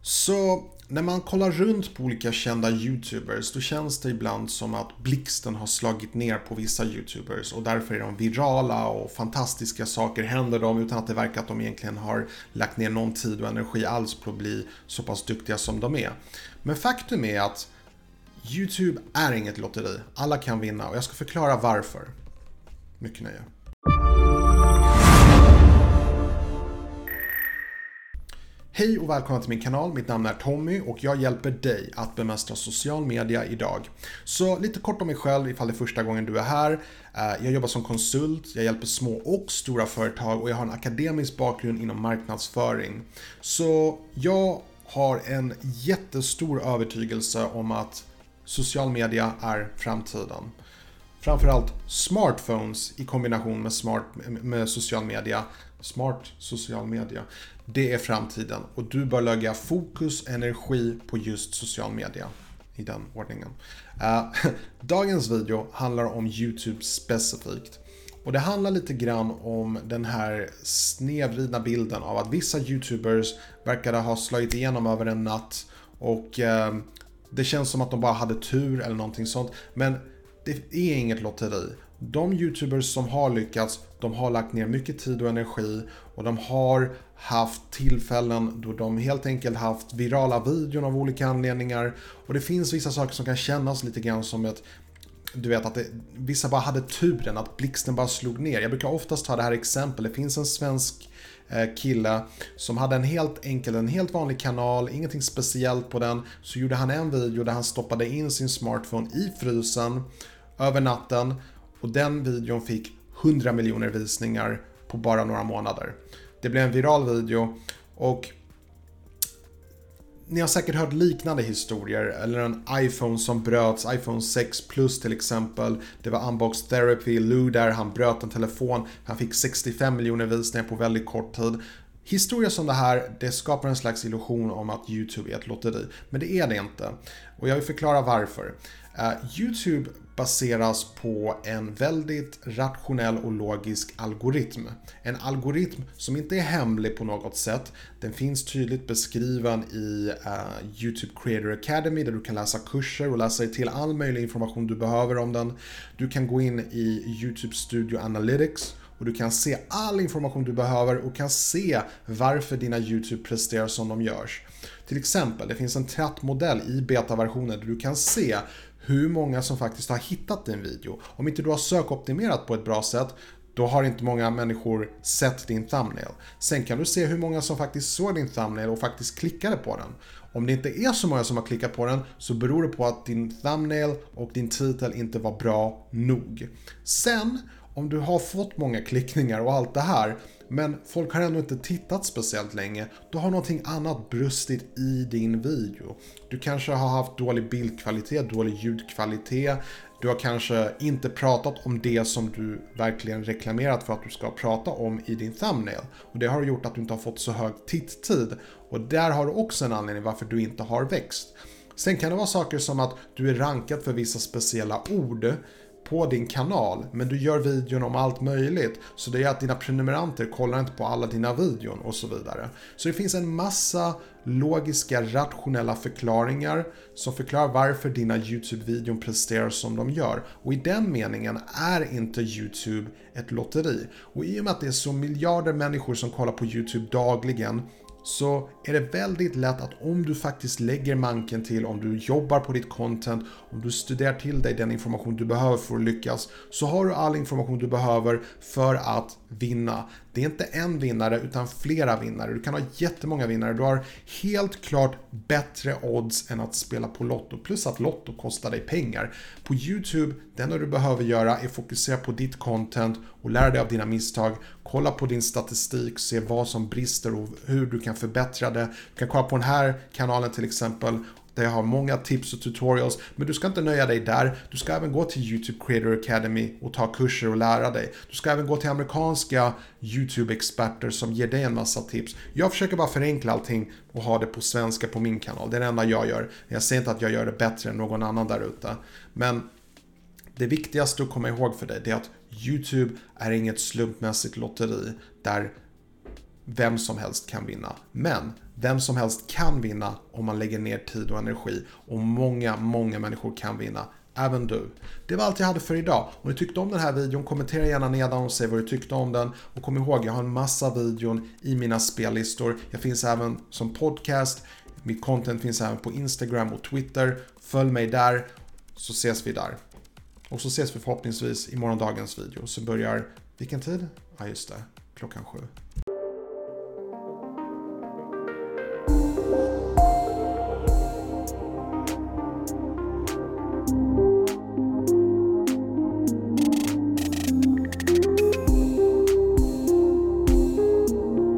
Så när man kollar runt på olika kända YouTubers då känns det ibland som att blixten har slagit ner på vissa YouTubers och därför är de virala och fantastiska saker händer dem utan att det verkar att de egentligen har lagt ner någon tid och energi alls på att bli så pass duktiga som de är. Men faktum är att YouTube är inget lotteri. Alla kan vinna och jag ska förklara varför. Mycket nöje. Hej och välkomna till min kanal, mitt namn är Tommy och jag hjälper dig att bemästra social media idag. Så lite kort om mig själv ifall det är första gången du är här. Jag jobbar som konsult, jag hjälper små och stora företag och jag har en akademisk bakgrund inom marknadsföring. Så jag har en jättestor övertygelse om att social media är framtiden. Framförallt smartphones i kombination med social media. Smart social media. Det är framtiden och du bör lägga fokus, energi på just social media i den ordningen. Dagens video handlar om YouTube specifikt. Och det handlar lite grann om den här snedvridna bilden av att vissa YouTubers verkar ha slagit igenom över en natt och det känns som att de bara hade tur eller någonting sånt. Men det är inget lotteri. De YouTubers som har lyckats, de har lagt ner mycket tid och energi och de har haft tillfällen då de helt enkelt haft virala videor av olika anledningar. Och det finns vissa saker som kan kännas lite grann som ett, du vet att vissa bara hade turen att blixten bara slog ner. Jag brukar oftast ta det här exempel. Det finns en svensk kille som hade en helt vanlig kanal, ingenting speciellt på den. Så gjorde han en video där han stoppade in sin smartphone i frysen över natten och den videon fick 100 miljoner visningar på bara några månader. Det blev en viral video och ni har säkert hört liknande historier, eller en iPhone som bröts, iPhone 6 Plus till exempel. Det var Unbox Therapy, Lou där, han bröt en telefon, han fick 65 miljoner visningar på väldigt kort tid. Historier som det här, det skapar en slags illusion om att YouTube är ett lotteri, men det är det inte. Och jag vill förklara varför. YouTube baseras på en väldigt rationell och logisk algoritm. En algoritm som inte är hemlig på något sätt. Den finns tydligt beskriven i YouTube Creator Academy där du kan läsa kurser och läsa till all möjlig information du behöver om den. Du kan gå in i YouTube Studio Analytics och du kan se all information du behöver och kan se varför dina YouTube presterar som de görs. Till exempel, det finns en trattmodell i betaversionen där du kan se hur många som faktiskt har hittat din video. Om inte du har sökoptimerat på ett bra sätt, då har inte många människor sett din thumbnail. Sen kan du se hur många som faktiskt såg din thumbnail och faktiskt klickade på den. Om det inte är så många som har klickat på den så beror det på att din thumbnail och din titel inte var bra nog. Sen, om du har fått många klickningar och allt det här, men folk har ändå inte tittat speciellt länge, då har någonting annat brustit i din video. Du kanske har haft dålig bildkvalitet, dålig ljudkvalitet, du har kanske inte pratat om det som du verkligen reklamerat för att du ska prata om i din thumbnail. Och det har gjort att du inte har fått så hög titttid. Och där har du också en anledning varför du inte har växt. Sen kan det vara saker som att du är rankad för vissa speciella ord på din kanal, men du gör videon om allt möjligt, så det är att dina prenumeranter kollar inte på alla dina videon och så vidare. Så det finns en massa logiska, rationella förklaringar som förklarar varför dina YouTube-videon presterar som de gör. Och i den meningen är inte YouTube ett lotteri. Och i och med att det är så miljarder människor som kollar på YouTube dagligen, så är det väldigt lätt att om du faktiskt lägger manken till, om du jobbar på ditt content, om du studerar till dig den information du behöver för att lyckas, så har du all information du behöver för att vinna. Det är inte en vinnare utan flera vinnare. Du kan ha jättemånga vinnare. Du har helt klart bättre odds än att spela på Lotto. Plus att Lotto kostar dig pengar. På YouTube, det enda du behöver göra är fokusera på ditt content och lära dig av dina misstag. Kolla på din statistik, se vad som brister och hur du kan förbättra det. Du kan kolla på den här kanalen till exempel, där jag har många tips och tutorials, men du ska inte nöja dig där. Du ska även gå till YouTube Creator Academy och ta kurser och lära dig. Du ska även gå till amerikanska YouTube-experter som ger dig en massa tips. Jag försöker bara förenkla allting och ha det på svenska på min kanal. Det är det enda jag gör. Jag säger inte att jag gör det bättre än någon annan där ute. Men det viktigaste att komma ihåg för dig är att YouTube är inget slumpmässigt lotteri där vem som helst kan vinna. Men vem som helst kan vinna om man lägger ner tid och energi. Och många människor kan vinna. Även du. Det var allt jag hade för idag. Om du tyckte om den här videon, kommentera gärna nedan och säg vad du tyckte om den. Och kom ihåg, jag har en massa videon i mina spellistor. Jag finns även som podcast. Mitt content finns även på Instagram och Twitter. Följ mig där, så ses vi där. Och så ses vi förhoppningsvis i morgondagens video. Så börjar, vilken tid? Ja just det, 7:00.